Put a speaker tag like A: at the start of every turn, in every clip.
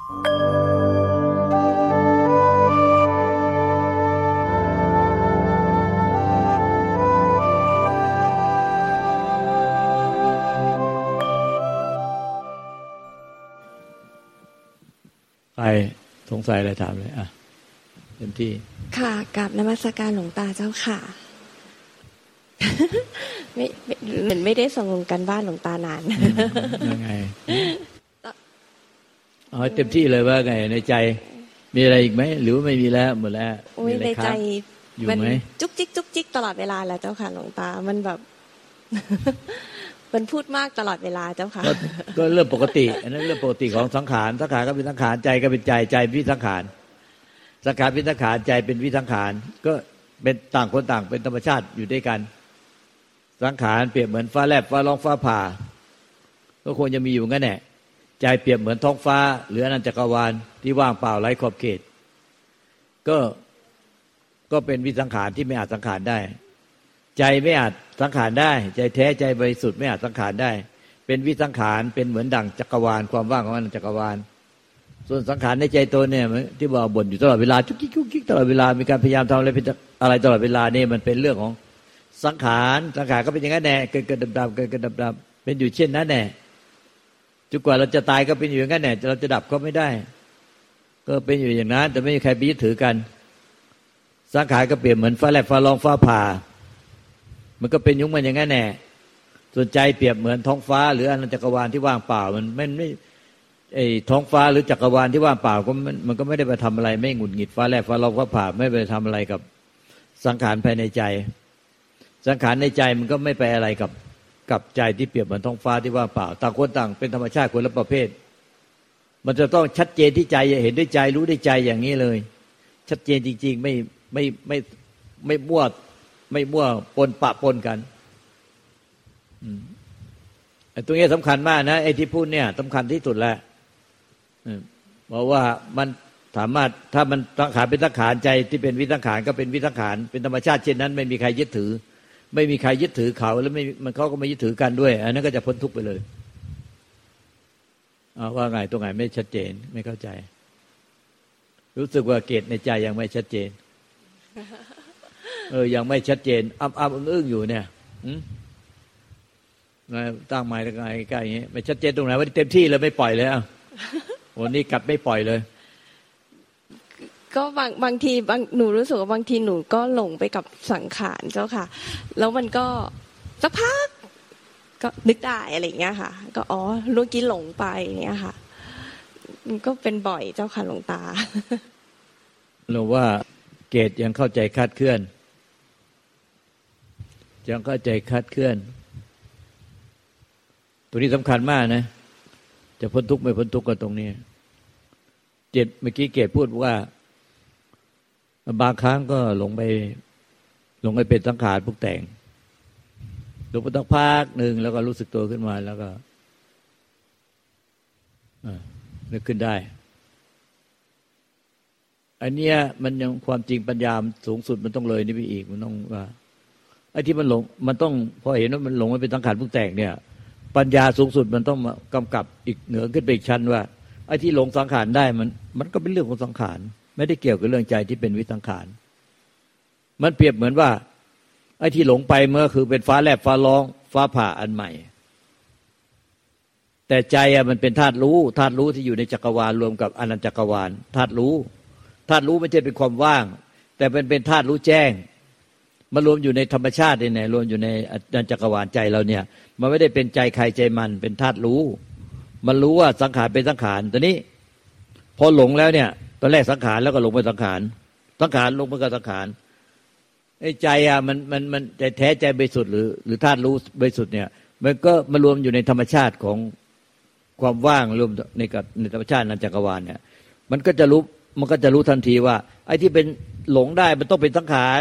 A: ใครสงสัยอะไรถามเลยอ่ะเต็มที่
B: ค่ะกราบนมัสการหลวงตาเจ้าค่ะเหมือนไม่ได้ส่งกันบ้านหลวงตานาน
A: ยังไงเอาเต็มที่เลยว่าไงในใจมีอะไรอีกไหมหรือไม่มีแล้วหมดแล้ว
B: มีอะไรในใจมันจุกจิกจุกจิกตลอดเวลาแล้วเจ้าค่ะหลวงตามันแบบมันพูดมากตลอดเวลาเจ้าค่ะ
A: ก็เรื่องปกติอันนั้นเรื่องปกติของสังขารสังขารก็เป็นสังขารใจก็เป็นใจใจเป็นวิสังขารสังขารเป็นสังขารใจเป็นวิสังขารก็เป็นต่างคนต่างเป็นธรรมชาติอยู่ด้วยกันสังขารเปรียบเหมือนฟ้าแลบฟ้าร้องฟ้าผ่าก็ควรจะมีอยู่งั้นแหละใจเปรียบเหมือนท้องฟ้าหรืออนันตจักรวาลที่ว่างเปล่าไร้ขอบเขตก็เป็นวิสังขารที่ไม่อาจสังขารได้ใจไม่อาจสังขารได้ใจแท้ใจบริสุทธิ์ไม่อาจสังขารได้เป็นวิสังขารเป็นเหมือนดั่งจักรวาลความว่างของอนันตจักรวาลส่วนสังขารในใจตนเนี่ยที่บอกบ่นอยู่ตลอดเวลาจุกจิกจุกจิกตลอดเวลามีการพยายามทำอะไรตลอดเวลานี่มันเป็นเรื่องของสังขารก็เป็นอย่างนั้นแน่เกิดดับเกิดดับเป็นอยู่เช่นนั้นแน่จนกว่าเราจะตายก็เป็นอยู่อย่างนั้นแน่เราจะดับก็ไม่ได้ก็เป็นอยู่อย่างนั้นแต่ไม่มีใครไปยึดถือกันสังขารก็เปรียบเหมือนฟ้าแลบฟ้าร้องฟ้าผ่ามันก็เป็นยุ่งมันอย่างนั้นแน่ส่วนใจเปรียบเหมือนท้องฟ้าหรืออนันตจักรวาลที่ว่างเปล่ามันไม่ไอ้ท้องฟ้าหรือจักรวาลที่ว่างเปล่าก็มันก็ไม่ได้ไปทำอะไรไม่หงุดหงิดฟ้าแลบฟ้าร้องฟ้าผ่าไม่ไปทำอะไรกับสังขารภายในใจสังขารในใจมันก็ไม่ไปอะไรกับใจที่เปรียบเหมือนท้องฟ้าที่ว่างเปล่าต่างคนต่างเป็นธรรมชาติคนละประเภทมันจะต้องชัดเจนที่ใจเห็นด้วยใจรู้ด้วยใจอย่างนี้เลยชัดเจนจริงๆไม่มั่วปนปะปนกันตรงนี้สำคัญมากนะไอ้ที่พูดเนี่ยสำคัญที่สุดแล้วเพราะว่ามันสามารถถ้ามันสังขารเป็นสังขารใจที่เป็นวิสังขารก็เป็นวิสังขารเป็นธรรมชาติเช่นนั้นไม่มีใครยึดถือไม่มีใครยึดถือเขาแล้วมันเขาก็ไม่ยึดถือกันด้วยอันนั้นก็จะพ้นทุกข์ไปเลยว่าไงตรงไหนไม่ชัดเจนไม่เข้าใจรู้สึกว่าเกตในใจยังไม่ชัดเจนยังไม่ชัดเจนอ้ำอึ้งอยู่เนี่ยตั้งไม้ตั้งไงใกล้อย่างนี้ไม่ชัดเจนตรงไหนว่าเต็มที่เลยไม่ปล่อยเลยวันนี้กลับไม่ปล่อยเลย
B: ก็บางทีหนูรู้สึกว่าบางทีหนูก็หลงไปกับสังขารเจ้าค่ะแล้วมันก็สักพักก็นึกได้อะไรอย่างเงี้ยค่ะก็เมื่อกี้หลงไปอย่างเงี้ยค่ะมันก็เป็นบ่อยเจ้าค่ะหลวงตา
A: เราว่าเกตยังเข้าใจคาดเคลื่อนยังเข้าใจคาดเคลื่อนตัวนี้สำคัญมากนะจะพ้นทุกข์ไม่พ้นทุกข์ก็ตรงนี้เมื่อกี้เกตพูดว่าบางครั้งก็หลงไปเป็นสังขารปรุงแต่งหลงไปตั้งพักหนึ่งแล้วก็รู้สึกตัวขึ้นมาแล้วก็นึกขึ้นได้อันเนี้ยมันยังความจริงปัญญาสูงสุดมันต้องเลยนี่ไปอีกมันต้องว่าไอ้ที่มันหลงมันต้องพอเห็นว่ามันหลงไปเป็นสังขารปรุงแต่งเนี่ยปัญญาสูงสุดมันต้องมากำกับอีกเหนือขึ้นไปอีกชั้นว่าไอ้ที่หลงสังขารได้มันก็เป็นเรื่องของสังขารไม่ได้เกี่ยวกับเรื่องใจที่เป็นวิสังขารมันเปรียบเหมือนว่าไอ้ที่หลงไปเมื่อคือเป็นฟ้าแลบฟ้าร้องฟ้าผ่าอันใหม่แต่ใจมันเป็นธาตุรู้ที่อยู่ในจักรวาลรวมกับอนันตจักรวาลธาตุรู้ไม่ใช่เป็นความว่างแต่เป็นธาตุรู้แจ้งมารวมอยู่ในธรรมชาติเนี่ยรวมอยู่ในอนันตจักรวาลใจเราเนี่ยมันไม่ได้เป็นใจใครใจมันเป็นธาตุรู้มันรู้ว่าสังขารเป็นสังขารตอนนี้พอหลงแล้วเนี่ยตอนแรกสังขารแล้วก็หลงไปสังขารลงไปกับสังขารไอ้ใจมันใจแท้ใจบริสุทธิ์หรือธาตุรู้บริสุทธิ์เนี่ยมันก็มารวมอยู่ในธรรมชาติของความว่างรวมในธรรมชาตินั้นจักรวาลเนี่ยมันก็จะรู้ทันทีว่าไอ้ที่เป็นหลงได้มันต้องเป็นสังขาร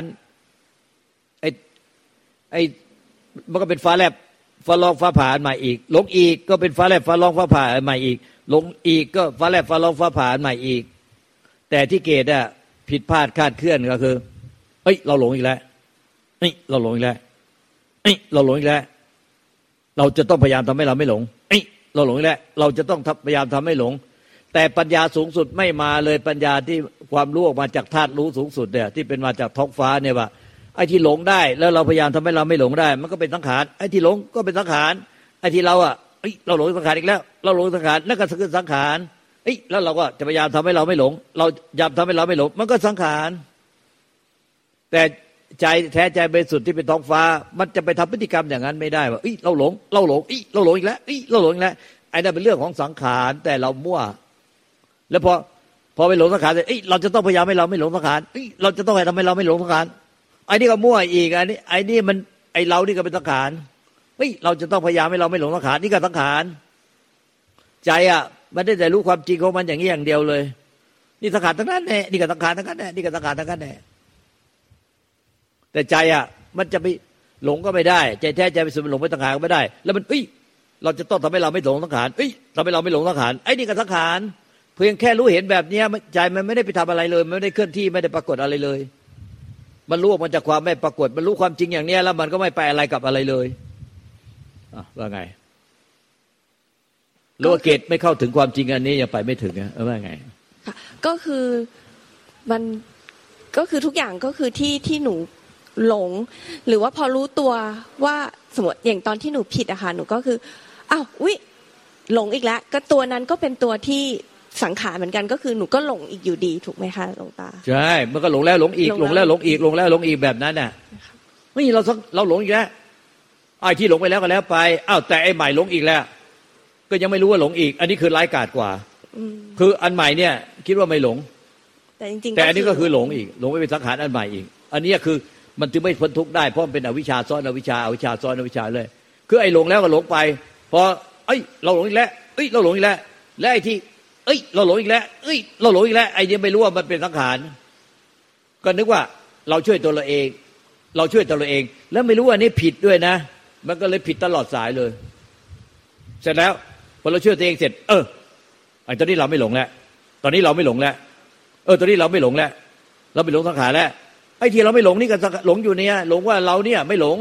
A: ไอ้มันก็เป็นฟ้าแลบฟ้าร้องฟ้าผ่าใหม่อีกหลงอีกก็เป็นฟ้าแลบฟ้าร้องฟ้าผ่าใหม่อีกหลงอีกก็ฟ้าแลบฟ้าร้องฟ้าผ่าใหม่อีกแต่ที่เกตผิดพลาดคาดเคลื่อนก็คือเราหลงอีกแล้วเราหลงอีกแล้วเราหลงอีกแล้วเราจะต้องพยายามทำให้เราไม่หลงเราหลงอีกแล้วเราจะต้องพยายามทำให้หลงแต่ปัญญาสูงสุดไม่มาเลยปัญญาที่ความรู้ออกมาจากธาตุรู้สูงสุดเนี่ยที่เป็นมาจากท้องฟ้าเนี่ยว่าไอ้ที่หลงได้แล้วเราพยายามทำให้เราไม่หลงได้มันก็เป็นสังขารไอ้ที่หลงก็เป็นสังขารไอ้ที่เราเราหลงสังขารอีกแล้วเราหลงสังขารนั่นก็คือสังขารแล้วเราก็จะพยายามทำให้เราไม่หลงเราพยายามทำให้เราไม่หลงมันก็สังขารแต่ใจแท้ใจบริสุทธิ์ที่เป็นท้องฟ้ามันจะไปทำพฤติกรรมอย่างนั้นไม่ได้ว่าเราหลงเราหลงเราหลงอีกแล้วเราหลงอีกแล้วไอ้นั่นเป็นเรื่องของสังขารแต่เรามั่วแล้วพอไปหลงสังขารเราจะต้องพยายามให้เราไม่หลงสังขารเราจะต้องทำให้เราไม่หลงสังขารไอ้นี่ก็มั่วอีกไอ้นี่มันไอ้เรานี่ก็เป็นสังขารเราจะต้องพยายามให้เราไม่หลงสังขารนี่ก็สังขารใจมันได้แต่รู้ความจริงของมันอย่างนี้อย่างเดียวเลยนี่สังขารทั้งนั้นแน่นี่ก็สังขารทั้งนั้นแน่นี่ก็สังขารทั้งนั้นแน่แต่ใจมันจะไปหลงก็ไม่ได้ใจแท้ใจไปสู่หลงไปสังขารก็ไม่ได้แล้วมันเราจะต้องทำให้เราไม่หลงสังขารทำให้เราไม่หลงสังขารไอ้นี่ก็สังขารเพียงแค่รู้เห็นแบบนี้ใจมันไม่ได้ไปทำอะไรเลยมันไม่ได้เคลื่อนที่ไม่ได้ปรากฏอะไรเลยมันรู้ออกมาจากความไม่ปรากฏมันรู้ความจริงอย่างนี้แล้วมันก็ไม่ไปอะไรกับอะไรเลยว่าไงรู้ว่าเกตไม่เข้าถึงความจริงอันนี้ยังไปไม่ถึงว่าไง
B: ก็คือมันก็คือทุกอย่างก็คือที่หนูหลงหรือว่าพอรู้ตัวว่าสมมติอย่างตอนที่หนูผิดอะค่ะหนูก็คือหลงอีกแล้วก็ตัวนั้นก็เป็นตัวที่สังขารเหมือนกันก็คือหนูก็หลงอีกอยู่ดีถูกไหมคะหลวงตา
A: ใช่มันก็หลงแล้วหลงอีกหลงแล้วหลงอีกหลงแล้วหลงอีกแบบนั้นน่ะไม่เราหลงอีกแล้วไอ้ที่หลงไปแล้วก็แล้วไปแต่ไอ้ใหม่หลงอีกแล้วก็ยังไม่รู้ว่าหลงอีกอันนี้คือร้ายกาจกว่าคืออันใหม่เนี่ยคิดว่าไม่หลง
B: แต่จริงๆ
A: แต่อันนี้ก็คือหลงอีกหลงไปเป็นสังขารอันใหม่อีกอันนี้คือมันจึงไม่พ้นทุกข์ได้เพราะมันเป็นอวิชชาซ้อนอวิชชาอวิชชาซ้อนอวิชชาเลยคือไอ้หลงแล้วก็หลงไปพอเราหลงอีกแล้วเราหลงอีกแล้วและไอ้ที่เราหลงอีกแล้วเราหลงอีกแล้วไอ้นี่ไม่รู้ว่ามันเป็นสังขารก็นึกว่าเราช่วยตัวเราเองเราช่วยตัวเราเองแล้วไม่รู้ว่านี่ผิดด้วยนะมันก็เลยผิดตลอดสายเลยเสร็จแล้วพอเราช่วยตัวเองเสร็จไอ้ตอนนี้เราไม่หลงแล้วตอนนี้เราไม่หลงแล้วตอนนี้เราไม่หลงแล้วเราไม่หลงสังขารแล้วไอ้ที่เราไม่หลงนี่ก็หลงอยู่เนี่ยหลงว่าเราเนี่ยไม่หลง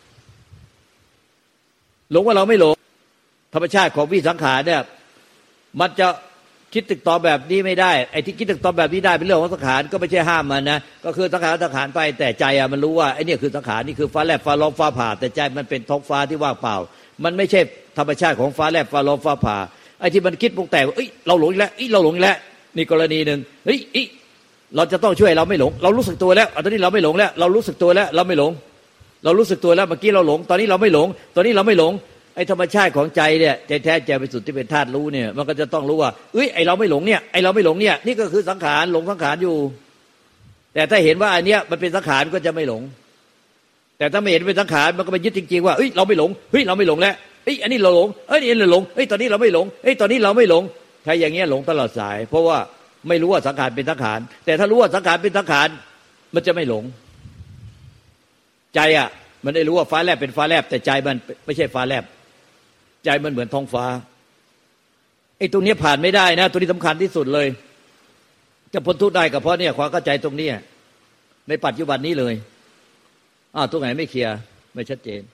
A: ว่าเราไม่หลงธรรมชาติของวิสังขารเนี่ยมันจะคิดตึกตอแบบนี้ไม่ได้ไอ้ที่คิดตึกตอแบบนี้ได้เป็นเรื่องของสังขารก็ไม่ใช่ห้ามมันนะก็คือสังขารไปแต่ใจมันรู้ว่าไอ้นี่คือสังขารนี่คือฟ้าแลบฟ้าร้องฟ้าผ่าแต่ใจมันเป็นท้องฟ้าที่ว่างเปล่ามันไม่ใช่ธรรมชาติของฟ้าแลบฟ้าร้องฟ้าผ่าไอ้ที่มันคิดปรุงแต่งเราหลงอีกแล้วเราหลงอีกแล้วนี่กรณีนึงเราจะต้องช่วยเราไม่หลงเรารู้สึกตัวแล้วตอนนี้เราไม่หลงแล้วเรารู้สึกตัวแล้วเราไม่หลงเรารู้สึกตัวแล้วเมื่อกี้เราหลงตอนนี้เราไม่หลงตอนนี้เราไม่หลงไอ้ธรรมชาติของใจเนี่ยใจแท้ใจบริสุทธิ์ที่เป็นธาตุรู้เนี่ยมันก็จะต้องรู้ว่าไอ้เราไม่หลงเนี่ยไอ้เราไม่หลงเนี่ยนี่ก็คือสังขารหลงสังขารอยู่แต่ถ้าเห็นว่าอันเนี้ยมันเป็นสังขารก็จะไม่หลงแต่ถ้าไม่เห็นเป็นสังขารมันก็ไปยึดจริงๆว่าเราไม่หลงเราไม่หลงแล้วอันนี้เราหลงนี่เราหลงตอนนี้เราไม่หลงตอนนี้เราไม่หลงถ้าอย่างเงี้ยหลงตลอดสายเพราะว่าไม่รู้ว่าสังขารเป็นสังขารแต่ถ้ารู้ว่าสังขารเป็นสังขารมันจะไม่หลงใจมันได้รู้ว่าฟ้าแลบเป็นฟ้าแลบแต่ใจมันไม่ใช่ฟ้าแลบใจมันเหมือนท้องฟ้าไอ้ตรงนี้ผ่านไม่ได้นะตัวนี้สำคัญที่สุดเลยจะพ้นทุกข์ได้ก็เพราะเนี่ยความเข้าใจตรงนี้ในปัจจุบันนี้เลยตรงไหนไม่เคลียร์ไม่ชัดเจน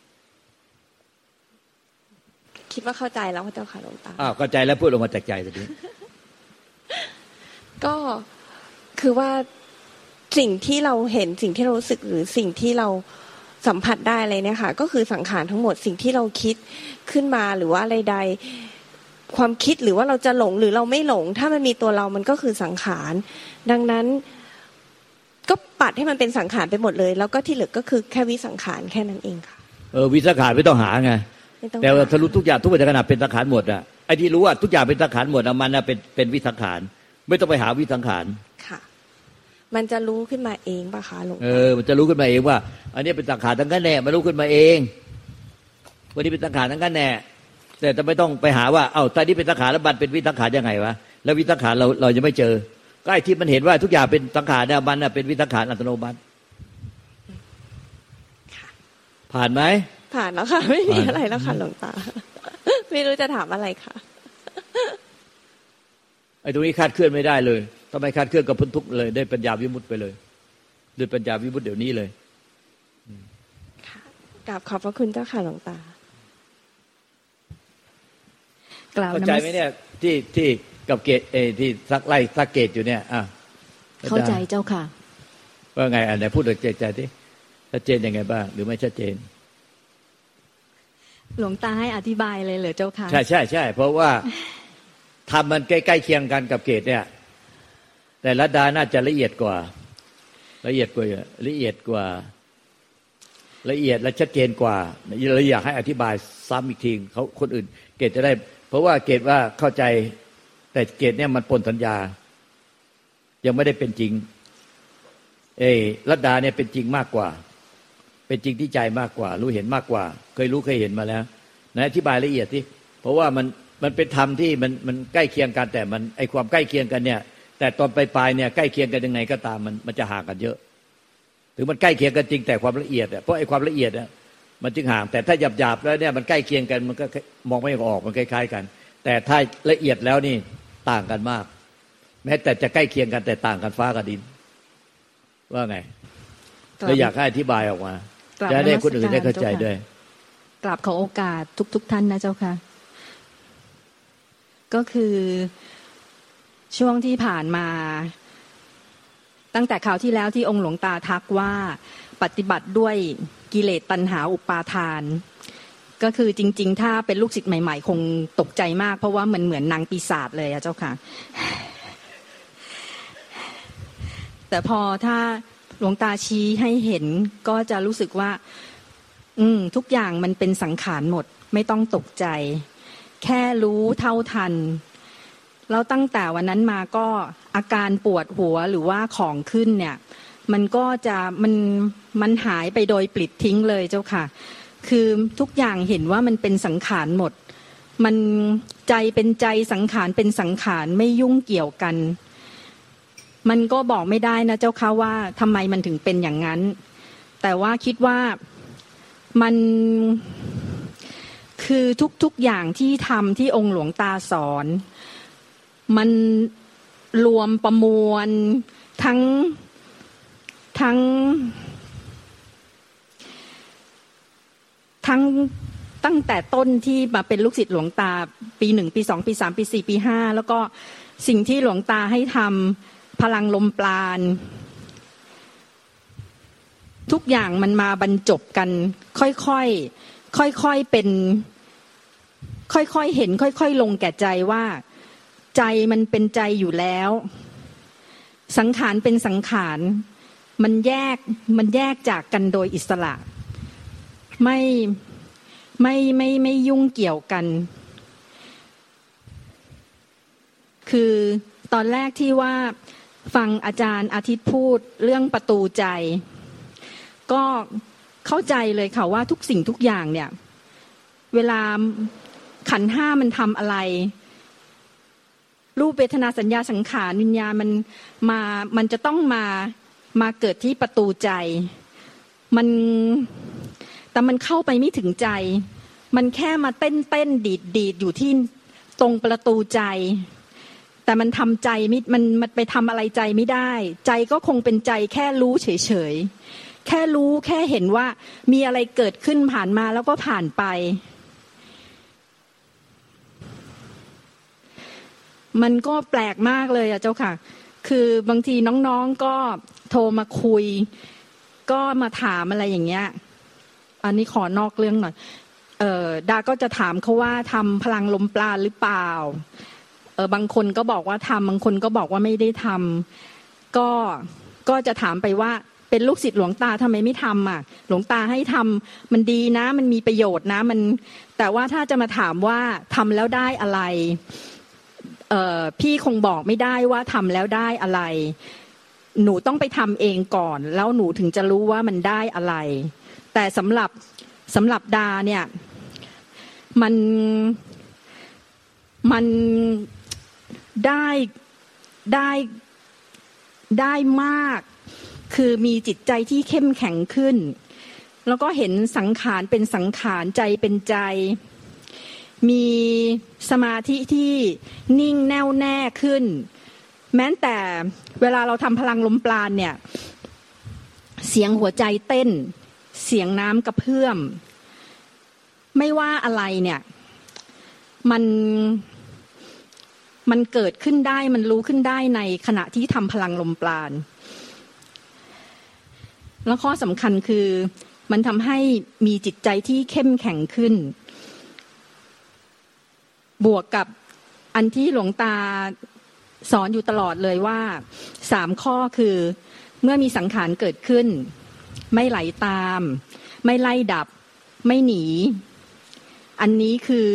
B: คิดว่าเข้าใจแล้วพระเจ้าค่ะหลวงตา
A: เข้าใจแล้วพูดออกมาจากใจตรงนี้
B: ก็คือว่าสิ่งที่เราเห็นสิ่งที่เรารู้สึกหรือสิ่งที่เราสัมผัสได้อะไรเนี่ยค่ะก็คือสังขารทั้งหมดสิ่งที่เราคิดขึ้นมาหรือว่าอะไรใดความคิดหรือว่าเราจะหลงหรือเราไม่หลงถ้ามันมีตัวเรามันก็คือสังขารดังนั้นก็ปัดให้มันเป็นสังขารไปหมดเลยแล้วก็ที่เหลือก็คือแค่วิสังขารแค่นั้นเองค่ะ
A: วิสังขารไม่ต้องหาไงแต่ว่าทะลุทุกอย่างทุกปัจจัยขณะเป็นสังขารหมดไอ้ที่รู้ว่าทุกอย่างเป็นสังขารหมดมันเป็นวิสังขารไม่ต้องไปหาวิสังขาร
B: ค่ะมันจะรู้ขึ้นมาเองป่ะคะหลวง
A: มันจะรู้ขึ้นมาเองว่าอันนี้เป็นสังขารทั้งนั้นแน่มันรู้ขึ้นมาเองวันนี้เป็นสังขารทั้งนั้นแน่แต่จะไม่ต้องไปหาว่าตอนนี้เป็นสังขารแล้วมันเป็นวิสังขารยังไงวะแล้ววิสังขารเรายังไม่เจอก็ไอ้ที่มันเห็นว่าทุกอย่างเป็นสังขารเนี่ยมันเป็นวิสังขารอัตโนมัติผ่านไหม
B: ผ่านแล้วค่ะไม่มีอะไรแล้วค่ะหลวงตาไม่รู้จะถามอะไรค่ะ
A: ไอ้ตรงนี้คาดเคลื่อนไม่ได้เลยทำไมคาดเคลื่อนกับพ้นทุกข์เลยได้ปัญญาวิมุตติไปเลยด้วยปัญญาวิมุตติเดี๋ยวนี้เลย
B: ค่ะกราบขอบพระคุณเจ้าค่ะหลวงตาก
A: ราบเข้าใจไหมเนี่ยที่กับเกตที่ซักไล่ซักเกตอยู่เนี่ย
C: เข้าใจเจ้าค่ะ
A: ว่าไงไหนพูดถึงใจที่ชัดเจนยังไงบ้างหรือไม่ชัดเจน
C: หลวงตาให้อธิบายเลยเหรอเจ้าค่ะ
A: ใช่ใช่ใช่เพราะว่าทำมันใกล้ๆเคียงกันกับเกตเนี่ยแต่ละดาน่าจะละเอียดกว่าละเอียดและชัดเจนกว่าเลยอยากให้อธิบายซ้ำอีกทีเขาคนอื่นเกตจะได้เพราะว่าเกตว่าเข้าใจแต่เกตเนี่ยมันปนสัญญายังไม่ได้เป็นจริงรัตดาเนี่ยเป็นจริงมากกว่าเป็นจริงที่ใจมากกว่ารู้เห็นมากกว่าเคยรู้เคยเห็นมาแล้วนะอธิบายละเอียดที่เพราะว่ามันเป็นธรรมที่มันใกล้เคียงกันแต่มันไอความใกล้เคียงกันเนี่ยแต่ตอนปลายเนี่ยใกล้เคียงกันยังไงก็ตามมันจะห่างกันเยอะถึงมันใกล้เคียงกันจริงแต่ความละเอียดเพราะไอความละเอียดมันจึงห่างแต่ถ้าหยาบๆแล้วเนี่ยมันใกล้เคียงกันมันก็มองไม่ออกมันคล้ายๆกันแต่ถ้าละเอียดแล้วนี่ต่างกันมากแม้แต่จะใกล้เคียงกันแต่ต่างกันฟ้ากับดินว่าไงเลยอยากให้อธิบายออกมาจะได้คนอื่นได้เข้าใจด้วย
C: กราบขอโอกาสทุกท่านนะเจ้าค่ะก็คือช่วงที่ผ่านมาตั้งแต่คราวที่แล้วที่องค์หลวงตาทักว่าปฏิบัติด้วยกิเลสตัณหาอุปาทานก็คือจริงๆถ้าเป็นลูกศิษย์ใหม่ๆคงตกใจมากเพราะว่ามันเหมือนนางปีศาจเลยอะเจ้าค่ะแต่พอถ้าหลวงตาชี้ให้เห็นก็จะรู้สึกว่าทุกอย่างมันเป็นสังขารหมดไม่ต้องตกใจแค่รู้เท่าทันแล้วตั้งแต่วันนั้นมาก็อาการปวดหัวหรือว่าของขึ้นเนี่ยมันก็จะมันหายไปโดยปลิดทิ้งเลยเจ้าค่ะคือทุกอย่างเห็นว่ามันเป็นสังขารหมดมันใจเป็นใจสังขารเป็นสังขารไม่ยุ่งเกี่ยวกันมันก็บอกไม่ได้นะเจ้าค่ะว่าทำไมมันถึงเป็นอย่างนั้นแต่ว่าคิดว่ามันคือทุกอย่างที่ทำที่องค์หลวงตาสอนมันรวมประมวลทั้งตั้งแต่ต้นที่มาเป็นลูกศิษย์หลวงตาปี1ปี2ปี3ปี4ปี5แล้วก็สิ่งที่หลวงตาให้ทำพลังลมปราณทุกอย่างมันมาบรรจบกันค่อยๆเป็นค่อยๆเห็นค่อยๆลงแก่ใจว่าใจมันเป็นใจอยู่แล้วสังขารเป็นสังขารมันแยกจากกันโดยอิสระไม่ยุ่งเกี่ยวกันคือตอนแรกที่ว่าฟังอาจารย์อาทิตย์พูดเรื่องประตูใจก็เข้าใจเลยค่ะว่าทุกสิ่งทุกอย่างเนี่ยเวลาขันธ์5มันทำอะไรรูปเวทนาสัญญาสังขารวิญญาณมันจะต้องมาเกิดที่ประตูใจแต่มันเข้าไปไม่ถึงใจมันแค่มาเต้นดีดอยู่ที่ตรงประตูใจแต่มันทำใจมันไปทำอะไรใจไม่ได้ใจก็คงเป็นใจแค่รู้เฉยๆแค่รู้แค่เห็นว่ามีอะไรเกิดขึ้นผ่านมาแล้วก็ผ่านไปมันก็แปลกมากเลยอะเจ้าค่ะคือบางทีน้องๆก็โทรมาคุยก็มาถามอะไรอย่างเงี้ยอันนี้ขอนอกเรื่องหน่อยดาก็จะถามเขาว่าทำพลังลมปราณหรือเปล่าบางคนก็บอกว่าทำบางคนก็บอกว่าไม่ได้ทำก็จะถามไปว่าเป็นลูกศิษย์หลวงตาทำไมไม่ทำอ่ะหลวงตาให้ทำมันดีนะมันมีประโยชน์นะมันแต่ว่าถ้าจะมาถามว่าทำแล้วได้อะไรพี่คงบอกไม่ได้ว่าทำแล้วได้อะไรหนูต้องไปทำเองก่อนแล้วหนูถึงจะรู้ว่ามันได้อะไรแต่สำหรับดาเนี่ยมันได้มากคือมีจิตใจที่เข้มแข็งขึ้นแล้วก็เห็นสังขารเป็นสังขารใจเป็นใจมีสมาธิที่นิ่งแน่วแน่ขึ้นแม้แต่เวลาเราทำพลังลมปราณเนี่ยเสียงหัวใจเต้นเสียงน้ำกระเพื่อมไม่ว่าอะไรเนี่ยมันมันเกิดขึ้นได้มันรู้ขึ้นได้ในขณะที่ทำพลังลมปราณแล้วข้อสำคัญคือมันทำให้มีจิตใจที่เข้มแข็งขึ้นบวกกับอันที่หลวงตาสอนอยู่ตลอดเลยว่า3ข้อคือเมื่อมีสังขารเกิดขึ้นไม่ไหลตามไม่ไล่ดับไม่หนีอันนี้คือ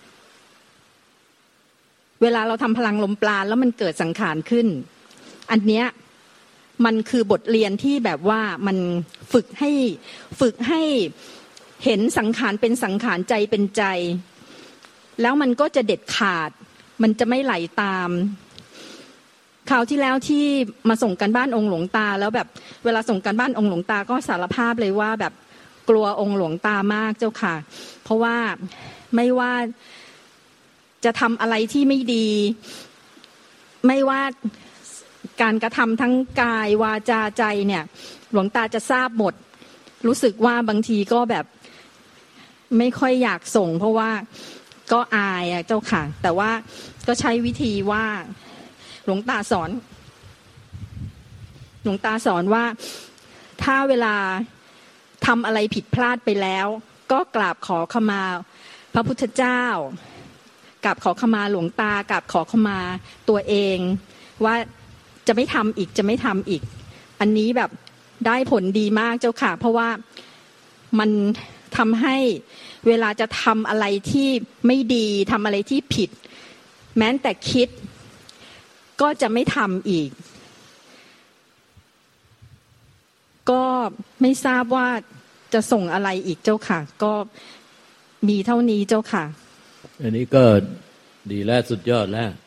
C: เวลาเราทำพลังลมปราณแล้วมันเกิดสังขารขึ้นอันเนี้ยมันคือบทเรียนที่แบบว่ามันฝึกให้เห็นสังขารเป็นสังขารใจเป็นใจแล้วมันก็จะเด็ดขาดมันจะไม่ไหลตามคราวที่แล้วที่มาส่งกันบ้านองค์หลวงตาแล้วแบบเวลาส่งกันบ้านองค์หลวงตาก็สารภาพเลยว่าแบบกลัวองค์หลวงตามากเจ้าค่ะเพราะว่าไม่ว่าจะทำอะไรที่ไม่ดีไม่ว่าการกระทำทั้งกายวาจาใจเนี่ยหลวงตาจะทราบหมดรู้สึกว่าบางทีก็แบบไม่ค่อยอยากส่งเพราะว่าก็อายอ่ะเจ้าค่ะแต่ว่าก็ใช้วิธีว่าหลวงตาสอนว่าถ้าเวลาทำอะไรผิดพลาดไปแล้วก็กราบขอขมาพระพุทธเจ้ากราบขอขมาหลวงตากราบขอขมาตัวเองว่าจะไม่ทำอีกอันนี้แบบได้ผลดีมากเจ้าค่ะเพราะว่ามันทำให้เวลาจะทำอะไรที่ไม่ดีทำอะไรที่ผิดแม้แต่คิดก็จะไม่ทำอีกก็ไม่ทราบว่าจะส่งอะไรอีกเจ้าค่ะก็มีเท่านี้เจ้าค่ะ
A: อันนี้ก็ดีแล้วสุดยอดแล้ว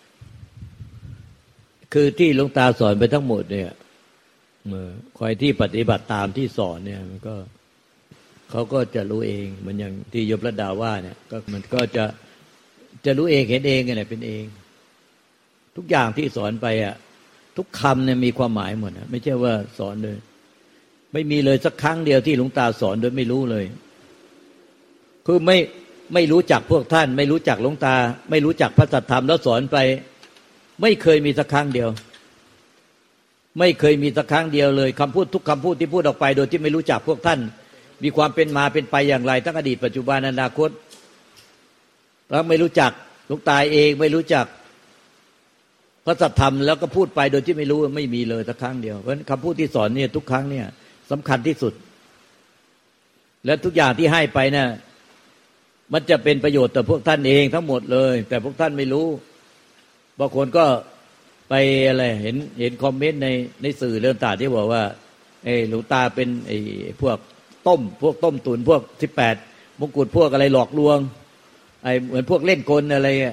A: คือที่หลวงตาสอนไปทั้งหมดเนี่ยคอยที่ปฏิบัติตามที่สอนเนี่ยมันก็เขาก็จะรู้เองเหมือนอย่างที่โยมระดาว่าเนี่ยก็มันก็จะรู้เองเห็นเองเนี่ยเป็นเองทุกอย่างที่สอนไปอ่ะทุกคำเนี่ยมีความหมายหมดนะไม่ใช่ว่าสอนเลยไม่มีเลยสักครั้งเดียวที่หลวงตาสอนโดยไม่รู้เลยคือไม่รู้จักพวกท่านไม่รู้จักหลวงตาไม่รู้จักพระสัทธรรมแล้วสอนไปไม่เคยมีสักครั้งเดียวไม่เคยมีสักครั้งเดียวเลยคำพูดทุกคำพูดที่พูดออกไปโดยที่ไม่รู้จักพวกท่านมีความเป็นมาเป็นไปอย่างไรทั้งอดีตปัจจุบันอนาคตแล้วไม่รู้จักหลวงตาเองไม่รู้จักพระสัทธรรมแล้วก็พูดไปโดยที่ไม่รู้ไม่มีเลยสักครั้งเดียวเพราะฉะนั้นคำพูดที่สอนเนี่ยทุกครั้งเนี่ยสำคัญที่สุดและทุกอย่างที่ให้ไปเนี่ยมันจะเป็นประโยชน์ต่อพวกท่านเองทั้งหมดเลยแต่พวกท่านไม่รู้บางคนก็ไปอะไรเห็นคอมเมนต์ในสื่อเรื่องต่างที่บอกว่าหลวงตาเป็นพวกต้มตุ๋นพวก18มงกุฎพวกอะไรหลอกลวงเหมือนพวกเล่นกลอะไรอ่ะ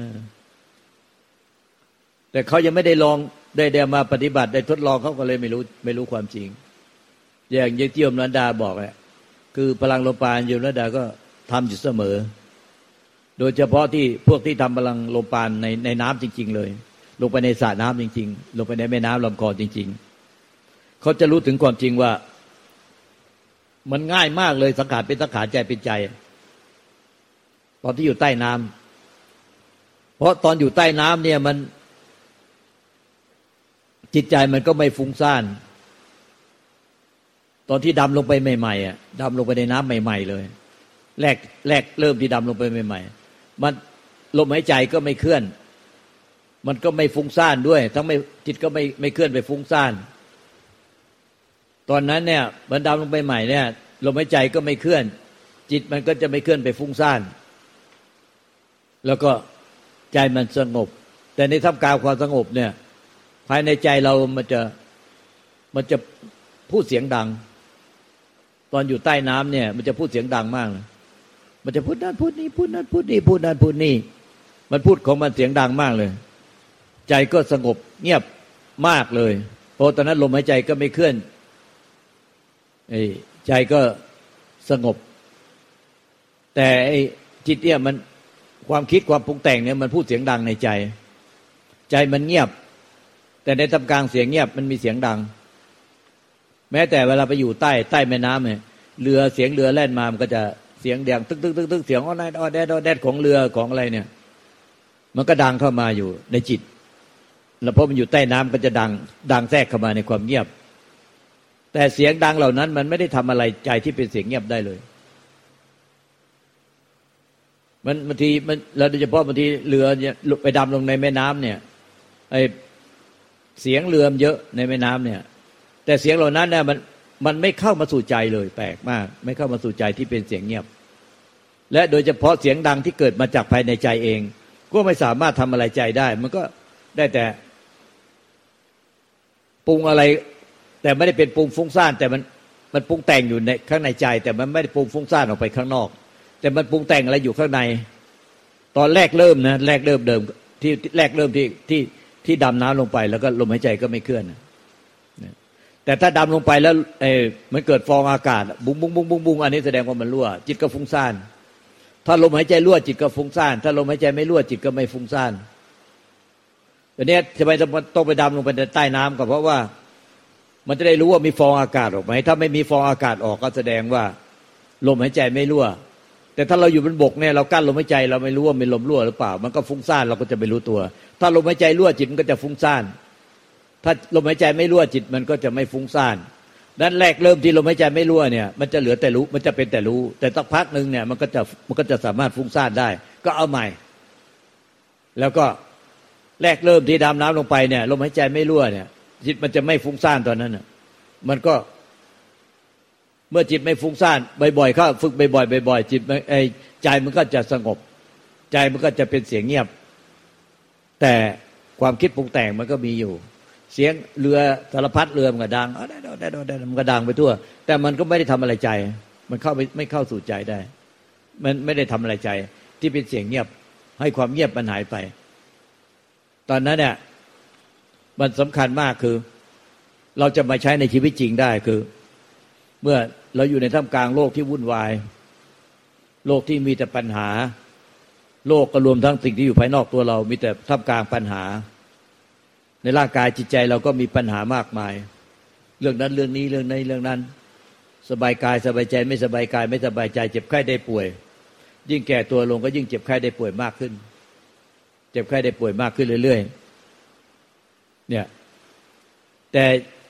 A: แต่เขายังไม่ได้ลองได้มาปฏิบัติได้ทดลองเขาก็เลยไม่รู้ความจริงอย่างที่โยมรัตดาบอกแหละคือพลังลมปราณโยมรัตดาก็ทำอยู่เสมอโดยเฉพาะที่พวกที่ทำพลังลมปราณในน้ำจริงๆเลยลงไปในสระน้ำจริงๆลงไปในแม่น้ำลำคลองจริงๆเขาจะรู้ถึงความจริงว่ามันง่ายมากเลยสังขารเป็นสังขารใจเป็นใจตอนที่อยู่ใต้น้ำเพราะตอนอยู่ใต้น้ำเนี่ยมันจิตใจมันก็ไม่ฟุ้งซ่านตอนที่ดำลงไปใหม่ๆดำลงไปในน้ำใหม่ๆเลยแรกเริ่มที่ดำลงไปใหม่ๆมันลมหายใจก็ไม่เคลื่อนมันก็ไม่ฟุ้งซ่านด้วยทั้งไม่จิตก็ไม่เคลื่อนไปฟุ้งซ่านตอนนั้นเนี่ยมันดำลงไปใหม่เนี่ยลมหายใจก็ไม่เคลื่อนจิตมันก็จะไม่เคลื่อนไปฟุ้งซ่านแล้วก็ใจมันสงบแต่ในท่ามกลางความสงบเนี่ยภายในใจเรามันจะพูดเสียงดังตอนอยู่ใต้น้ำเนี่ยมันจะพูดเสียงดังมากเลยมันจะพูดนั่นพูดนี่พูดนั่นพูดนี่พูดนั่นพูดนี่มันพูดของมันเสียงดังมากเลยใจก็สงบเงียบมากเลยเพราะตอนนั้นลมหายใจก็ไม่เคลื่อนใจก็สงบแต่จิตเนี่ยมันความคิดความปรุงแต่งเนี่ยมันพูดเสียงดังในใจมันเงียบแต่ในท่ามกลางเสียงเงียบมันมีเสียงดังแม้แต่เวลาไปอยู่ใต้แม่น้ำเนี่ยเสียงเรือแล่นมามันก็จะเสียงแดงตึกๆๆๆเสียงอ้อแดดของเรือของอะไรเนี่ยมันก็ดังเข้ามาอยู่ในจิตแล้วพอมันอยู่ใต้น้ำก็จะดังแทรกเข้ามาในความเงียบแต่เสียงดังเหล่านั้นมันไม่ได้ทำอะไรใจที่เป็นเสียงเงียบได้เลยมันบางทีมันแล้วโดยเฉพาะบางทีเรือเนี่ยไปดำลงในแม่น้ำเนี่ยไอเสียงเรือเยอะในแม่น้ำเนี่ยแต่เสียงเหล่านั้นเนี่ยมันไม่เข้ามาสู่ใจเลยแปลกมากไม่เข้ามาสู่ใจที่เป็นเสียงเงียบและโดยเฉพาะเสียงดังที่เกิดมาจากภายในใจเองก็ไม่สามารถทำอะไรใจได้มันก็ได้แต่ปรุงอะไรแต่ไม่ได้เป็นปรุงฟุ้งซ่านแต่มันปรุงแต่งอยู่ในข้างในใจแต่มันไม่ได้ปรุงฟุ้งซ่านออกไปข้างนอกแต่มันปรุงแต่งอะไรอยู่ข้างในตอนแรกเริ่มนะแรกเริ่มเดิมที่แรกเริ่มที่ดำน้ำลงไปแล้วก็ลมหายใจก็ไม่เคลื่อนนะแต่ถ้าดำลงไปแล้วมันเกิดฟองอากาศบุ้งบุ้งบุ้งบุ้งบุ้งอันนี้แสดงว่ามันรั่วจิตก็ฟุ้งซ่านถ้าลมหายใจรั่วจิตก็ฟุ้งซ่านถ้าลมหายใจไม่รั่วจิตก็ไม่ฟุ้งซ่านแต่เนี้ยทำไมต้องไปดำลงไปในใต้น้ำก็เพราะว่ามันจะได้รู้ว่ามีฟองอากาศออกไหมถ้าไม่มีฟองอากาศออกก็แสดงว่าลมหายใจไม่รั่วแต่ถ้าเราอยู่บนบกเนี่ยเรากั้นลมหายใจเราไม่รู้ว่ามีลมรั่วหรือเปล่ามันก็ฟุ้งซ่านเราก็จะไม่รู้ตัวถ้าลมหายใจรั่วจิตมันก็จะฟุ้งซ่านถ้าลมหายใจไม่รั่วจิตมันก็จะไม่ฟุ้งซ่านนั้นแรกเริ่มที่ลมหายใจไม่รั่วเนี่ยมันจะเหลือแต่รู้มันจะเป็นแต่รู้แต่สักพักนึงเนี่ยมันก็จะสามารถฟุ้งซ่านได้ก็เอาใหม่แล้วก็แรกเริ่มที่ดำน้ำลงไปเนี่ยลมหายใจไม่รั่วเนี่ยจิตมันจะไม่ฟุ้งซ่านตอนนั้นน่ะมันก็เมื่อจิตไม่ฟุ้งซ่านบ่อยๆเข้าฝึกบ่อยๆจิตใจมันก็จะสงบใจมันก็จะเป็นเสียงเงียบแต่ความคิดปรุงแต่งมันก็มีอยู่เสียงเรือสารพัดเรือมันก็ดังได้มันก็ดังไปทั่วแต่มันก็ไม่ได้ทำอะไรใจมันไม่เข้าสู่ใจได้มันไม่ได้ทำอะไรใจที่เป็นเสียงเงียบให้ความเงียบมันหายไปตอนนั้นเนี่ยมันสำคัญมากคือเราจะมาใช้ในชีวิตจริงได้คือเมื่อเราอยู่ในท่ามกลางโลกที่วุ่นวายโลกที่มีแต่ปัญหาโลกก็รวมทั้งสิ่งที่อยู่ภายนอกตัวเรามีแต่ท่ามกลางปัญหาในร่างกายจิตใจเราก็มีปัญหามากมายเรื่องนั้นเรื่องนี้เรื่องนี้เรื่องนั้นสบายกายสบายใจไม่สบายกายไม่สบายใจเจ็บไข้ได้ป่วยยิ่งแก่ตัวลงก็ยิ่งเจ็บไข้ได้ป่วยมากขึ้นเจ็บไข้ได้ป่วยมากขึ้นเรื่อยๆเนี่ยแต่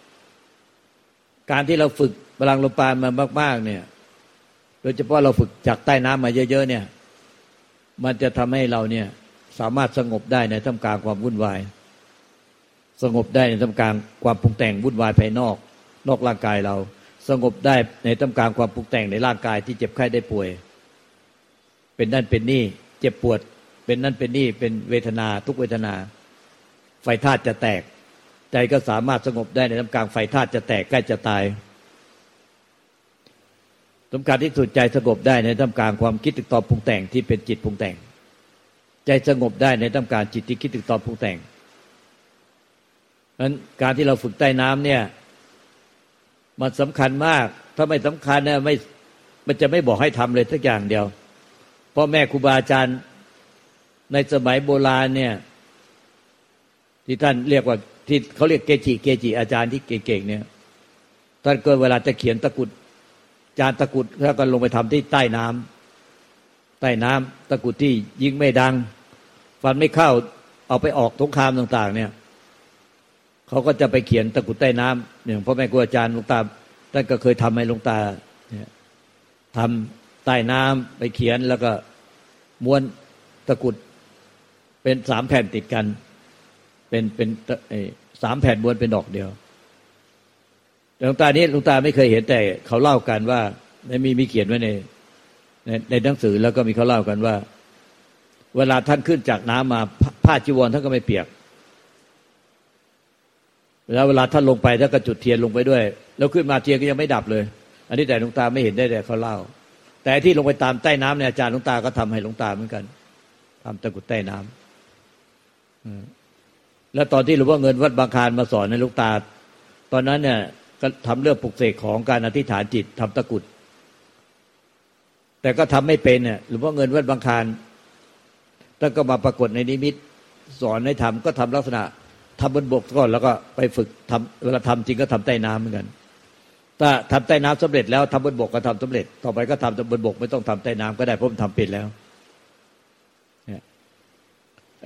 A: การที่เราฝึกพลังลมปราณมามากๆเนี่ยโดยเฉพาะเราฝึกจากใต้น้ำมาเยอะๆเนี่ยมันจะทำให้เราเนี่ยสามารถสงบได้ในท่ามกลางความวุ่นวายสงบได้ในท่ามกลางความปรุงแต่งวุ่นวายภายนอกร่างกายเราสงบได้ในท่ามกลางความปรุงแต่งในร่างกายที่เจ็บไข้ได้ป่วยเป็นนั่นเป็นนี่เจ็บปวดเป็นนั่นเป็นนี่เป็นเวทนาทุกเวทนาไฟธาตุจะแตกใจก็สามารถสงบได้ในท่ามกลางไฟธาตุจะแตกใกล้จะตายสำคัญที่สุดใจสงบได้ในท่ามกลางความคิดตึกตอบปรุงแต่งที่เป็นจิตปรุงแต่งใจสงบได้ในท่ามกลางจิตที่คิดตึกตอบปรุงแต่งนั้นการที่เราฝึกใต้น้ำเนี่ยมันสำคัญมากถ้าไม่สำคัญเนี่ยมันจะไม่บอกให้ทำเลยสักอย่างเดียวพ่อแม่ครูบาอาจารย์ในสมัยโบราณเนี่ยที่ท่านเรียกว่าที่เขาเรียกเกจิอาจารย์ที่เก่งๆเนี่ยท่านก็เวลาจะเขียนตะกุดจานตะกุดแล้วก็ลงไปทำที่ใต้น้ำตะกุดที่ยิงไม่ดังฟันไม่เข้าเอาไปออกสงครามต่างๆเนี่ยเขาก็จะไปเขียนตะกุดใต้น้ำเนี่ยพ่อแม่ครูอาจารย์หลวงตาท่านก็เคยทำให้หลวงตาเนี่ยทำใต้น้ำไปเขียนแล้วก็ม้วนตะกุดเป็น3แผ่นติดกันเป็น3แผ่นม้วนเป็นดอกเดียวหลวงตาไม่เคยเห็นแต่เขาเล่ากันว่ามีเขียนไว้ในหนังสือแล้วก็มีเขาเล่ากันว่าเวลาท่านขึ้นจากน้ำมาผ้าจีวรท่านก็ไม่เปียกแล้วเวลาท่านลงไปท่านก็จุดเทียนลงไปด้วยแล้วขึ้นมาเทียนก็ยังไม่ดับเลยอันนี้แต่หลวงตาไม่เห็นได้แต่เขาเล่าแต่ที่ลงไปตามใต้น้ำเนี่ยอาจารย์หลวงตาก็ทำให้หลวงตาเหมือนกันทำตะกุดใต้น้ำแล้วตอนที่หลวงพ่อเงินวัดบางคลานมาสอนให้หลวงตาตอนนั้นเนี่ยก็ทำเรื่องปลุกเสกของการอธิษฐานจิตทำตะกุดแต่ก็ทำไม่เป็นเนี่ยหลวงพ่อเงินวัดบางคลานท่านก็มาปรากฏในนิมิตสอนให้ทำก็ทำลักษณะทำบนบกก่อนแล้วก็ไปฝึกทำเวลาทำจริงก็ทำใต้น้ำเหมือนกันถ้าทำใต้น้ำสำเร็จแล้วทำบนบกก็ทำสำเร็จต่อไปก็ทำบนบกไม่ต้องทำใต้น้ำก็ได้เพราะมันทำเป็นแล้วไ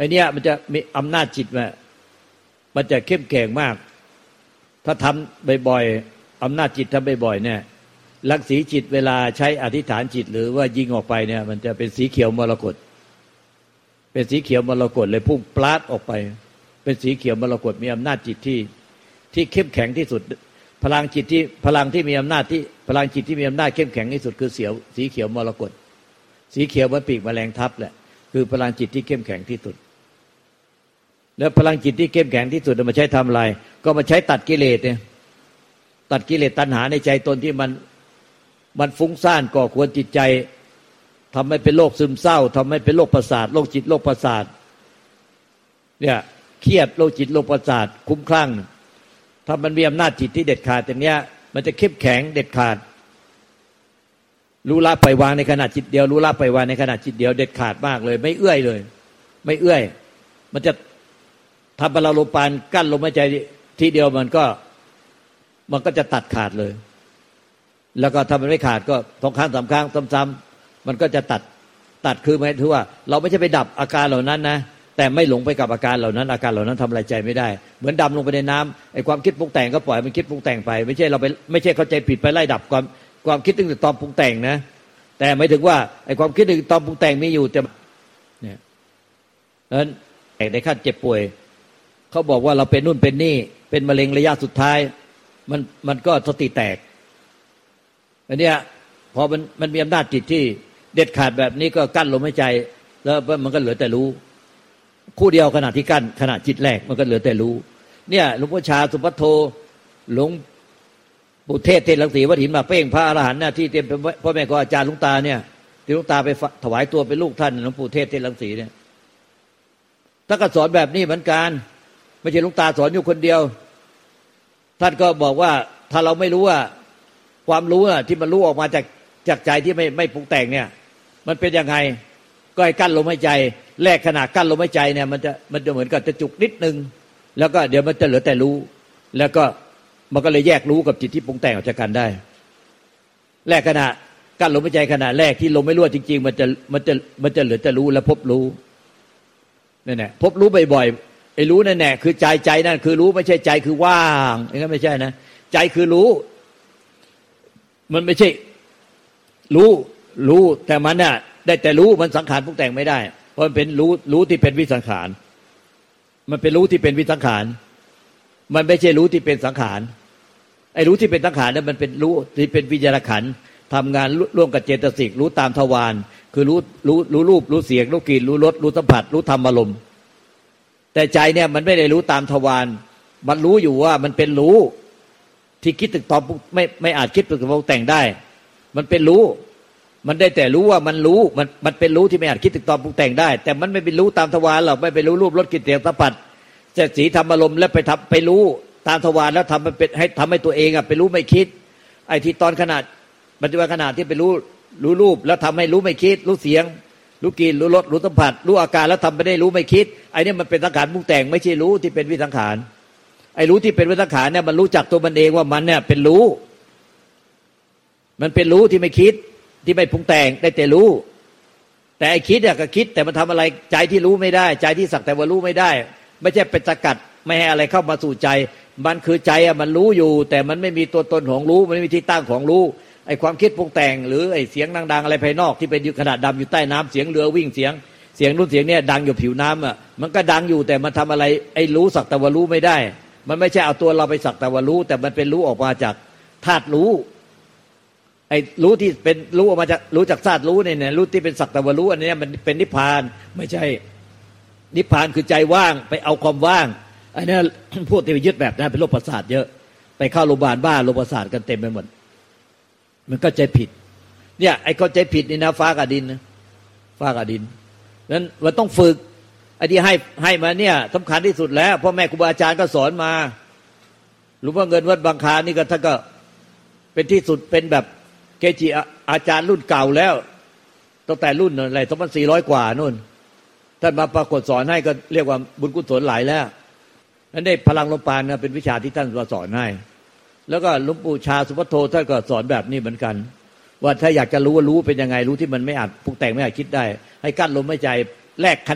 A: ไอเนี้ยมันจะมีอำนาจจิตมันจะเข้มแข็งมากถ้าทำบ่อยๆอำนาจจิตทำบ่อยๆเนี่ยรังสีจิตเวลาใช้อธิษฐานจิตหรือว่ายิงออกไปเนี่ยมันจะเป็นสีเขียวมรกตเป็นสีเขียวมรกตเลยพุ่งปราดออกไปเป็นสีเขียวมรกตมีอำนาจจิตที่เข้มแข็งที่สุดพลังจิตที่พลังที่มีอำนาจที่พลังจิตที่มีอำนาจเข้มแข็งที่สุดคือสีเขียวมรกตสีเขียวเหมือนปีกแมลงทับแหละคือพลังจิตที่เข้มแข็งที่สุดแล้วพลังจิตที่เข้มแข็งที่สุดมาใช้ทำอะไรก็มาใช้ตัดกิเลสเนี่ยตัดกิเลสตัณหาในใจตนที่มันฟุ้งซ่านก่อควรจิตใจทำให้เป็นโรคซึมเศร้าทำให้เป็นโรคประสาทโรคจิตโรคประสาทเนี่ยเครียดโรคจิตโรคประสาทคุ้มคลั่งถ้ามันมีอำนาจจิตที่เด็ดขาดอย่างเนี้ยมันจะเข้มแข็งเด็ดขาดรู้ละปล่อยวางในขณะจิตเดียวรู้ละปล่อยวางในขณะจิตเดียวเด็ดขาดมากเลยไม่เอื้อยเลยไม่เอื้อยมันจะทำบาลาโลปานกั้นลมหายใจทีเดียวมันก็จะตัดขาดเลยแล้วก็ถ้ามันไม่ขาดก็2 ครั้ง 3 ครั้งซ้ำๆมันก็จะตัดคือหมายถึงว่าเราไม่ใช่ไปดับอาการเหล่านั้นนะแต่ไม่หลงไปกับอาการเหล่านั้นอาการเหล่านั้นทำอะไรใจไม่ได้เหมือนดำลงไปในน้ำไอ้ความคิดปรุงแต่งก็ปล่อยมันคิดปรุงแต่งไปไม่ใช่เราไปไม่ใช่เข้าใจผิดไปไล่ดับความคิดตั้งแต่ตอนปรุงแต่งนะแต่หมายถึงว่าไอ้ความคิดตั้งแต่ตอนปรุงแต่งมีอยู่แต่เนี่ยนั้นในขั้นเจ็บป่วยเขาบอกว่าเราเป็นนู่นเป็นนี่เป็นมะเร็งระยะสุดท้ายมันก็สติแตกอันเนี้ยพอมันมีอำนาจจิตที่เด็ดขาดแบบนี้ก็กั้นลมหายใจแล้วมันก็เหลือแต่รู้คู่เดียวขณะที่กั้นขณะจิตแรกมันก็เหลือแต่รู้เนี่ยหลวงพ่อชาสุภัทโทหลวงปู่เทศรังสีวัดหินมาเป้งพระอรหันต์เนี่ยที่เต็มเป็นพ่อแม่ของอาจารย์หลวงตาเนี่ยที่หลวงตาไปถวายตัวเป็นลูกท่านหลวงปู่เทศรังสีเนี่ยท่านก็สอนแบบนี้เหมือนกันไม่ใช่หลวงตาสอนอยู่คนเดียวท่านก็บอกว่าถ้าเราไม่รู้ว่าความรู้ที่มันรู้ออกมาจากใจที่ไม่ปรุงแต่งเนี่ยมันเป็นยังไงก็ให้กั้นลมหายใจแรกขณะกั้นลมหายใจเนี่ยมันจะเหมือนกับจะจุกนิดนึงแล้วก็เดี๋ยวมันจะเหลือแต่รู้แล้วก็มันก็เลยแยกรู้กับจิตที่ปรุงแต่งออกจากกันได้แรกขณะกั้นลมหายใจขณะแรกที่ลมไม่รั่วจริงๆมันจะเหลือแต่รู้แล้วพบรู้นั่นแหละพบรู้บ่อยๆไอ้รู้นั่นแหละคือใจนั่นคือรู้ไม่ใช่ใจคือว่างอย่างนั้นไม่ใช่นะใจคือรู้มันไม่ใช่รู้แต่มันน่ะได้แต่รู้มันสังขารปรุงแต่งไม่ได้เพราะมันเป็นรู้ที่เป็นวิสังขารมันเป็นรู้ที่เป็นวิสังขารมันไม่ใช่รู้ที่เป็นสังขารไอ้รู้ที่เป็นสังขารนั้นมันเป็นรู้ที่เป็นวิญญาณขันธ์ทำงานร่วมกับเจตสิกรู้ตามทวารคือรู้รูปรู้เสียงรู้กลิ่นรู้รสรู้สัมผัสรู้ธรรมอารมณ์แต่ใจเนี่ยมันไม่ได้รู้ตามทวารมันรู้อยู่ว่ามันเป็นรู้ที่คิดถึงตอนไม่อาจคิดถึงตอนแต่งได้มันเป็นรู้มันได้แต่รู้ว่ามันรู้มันเป็นรู้ที่ไม่อาจคิดถึงตอนปรุงแต่งได้แต่มันไม่เป็นรู้ตามทวารหรอกไม่เป็นรู้รูปรสกลิ่นเสียงสัมผัสเจตสีธรรมอารมณ์แล้วไปรู้ตามทวารแล้วทำมันเป็นทำให้ตัวเองไปรู้ไม่คิดไอ้ที่ตอนขนาดปัจจุบันขนาดที่ไปรู้รูปแล้วทำให้รู้ไม่คิดรู้เสียงรู้กลิ่นรู้รสรู้สัมผัสรู้อาการแล้วทำไปได้รู้ไม่คิดไอ้นี่มันเป็นสังขารปรุงแต่งไม่ใช่รู้ที่เป็นวิสังขารไอ้รู้ที่เป็นวิสังขารเนี่ยมันรู้จักตัวมันเองว่ามันเนี่ยเป็นรู้มันเป็นรู้ที่ไม่คิดที่ไม่ปรุงแต่งได้แต่รู้แต่ไอ้คิดก็คิดแต่มันทำอะไรใจที่รู้ไม่ได้ใจที่สักแต่ว่ารู้ไม่ได้ไม่ใช่เป็นสกัดไม่ให้อะไรเข้ามาสู่ใจมันคือใจมันรู้อยู่แต่มันไม่มีตัวตนของรู้มันไม่มีที่ตั้งของรู้ไอ้ความคิดปรุงแต่งหรือไอ้เสียงดังๆอะไรภายนอกที่เป็นขนาดดำอยู่ใต้น้ำเสียงเรือวิ่งเสียงนู้นเสียงเนี่ยดังอยู่ผิวน้ำมันก็ดังอยู่แต่มันทำอะไรไอ้รู้สักแต่ว่ารู้ไม่ได้มันไม่ใช่เอาตัวเราไปสักแต่ว่ารู้แต่มันเป็นรู้ออกมาจากธาตุรู้ไอ้รู้ที่เป็นรู้ออกมาจากรู้จากธาตุรู้เนี่ยรู้ที่เป็นสักแต่ว่ารู้อันนี้มันเป็นนิพพานไม่ใช่นิพพานคือใจว่างไปเอาความว่างอันนี้พวกที่ไปยึดแบบนั้นเป็นโรคประสาทเยอะไปเข้าโรงพยาบาลบ้าโรคประสาทกันเต็มไปหมดมันก็ใจผิดเนี่ยไอ้เข้าใจผิดนี่นะฟ้ากับดินนะฟ้ากับดินนั้นเราต้องฝึกไอ้ที่ให้มาเนี่ยสำคัญที่สุดแล้วพ่อแม่ครูบาอาจารย์ก็สอนมาหลวงพ่อเงินวัดบางคลานี่ก็ท่านก็เป็นที่สุดเป็นแบบเกจิอาจารย์รุ่นเก่าแล้วตั้งแต่รุ่นอะไร2400กว่านู่นท่านมาปรากฏสอนให้ก็เรียกว่าบุญกุศลหลายแล้วนั่นได้พลังลมปราณนะเป็นวิชาที่ท่านสอนให้แล้วก็หลวงปู่ชาสุภัทโทท่านก็สอนแบบนี้เหมือนกันว่าถ้าอยากจะรู้ว่ารู้เป็นยังไงรู้ที่มันไม่อาจปรุงแต่งไม่อาจคิดได้ให้กั้นลมหายใจแรกขณะ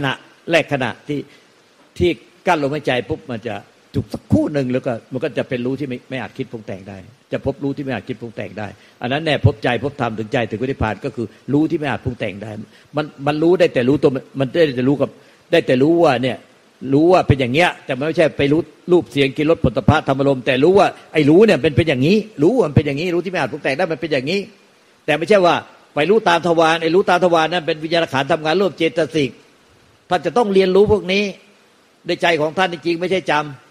A: แรกขณะที่กั้นลมหายใจปุ๊บมันจะจุกสักครู่หนึ่งแล้วก็มันก็จะเป็นรู้ที่ไม่อาจคิดปรุงแต่งได้จะพบรู้ที่ไม่อาจคิดปรุงแต่งได้อันนั้นแน่พบใจพบธรรมถึงใจถึงนิพพานก็คือรู้ที่ไม่อาจปรุงแต่งได้มันรู้ได้แต่รู้ตัวมันได้แต่รู้กับได้แต่รู้ว่าเนี่ยรู้ว่าเป็นอย่างเงี้ยแต่ไม่ใช่ไปรู้รูปเสียงกลิ่นรสผลพระธรรมารมณ์แต่รู้ว่าไอ้รู้เนี่ยเป็นอย่างนี้รู้ว่ามันเป็นอย่างนี้รู้ที่ไม่อาจปรุงแต่งได้มันเป็นอย่างนี้แต่ไม่ใช่ว่าไปรู้ตามทวารไอ้รู้ตามทวารนั้นเป็นวิญญาณขันธ์ทำงานร่วมเจตสิกท่านจะต้องเรียนรู้พวกนี้ในใจของท่านจริงๆไม่ใช่จำ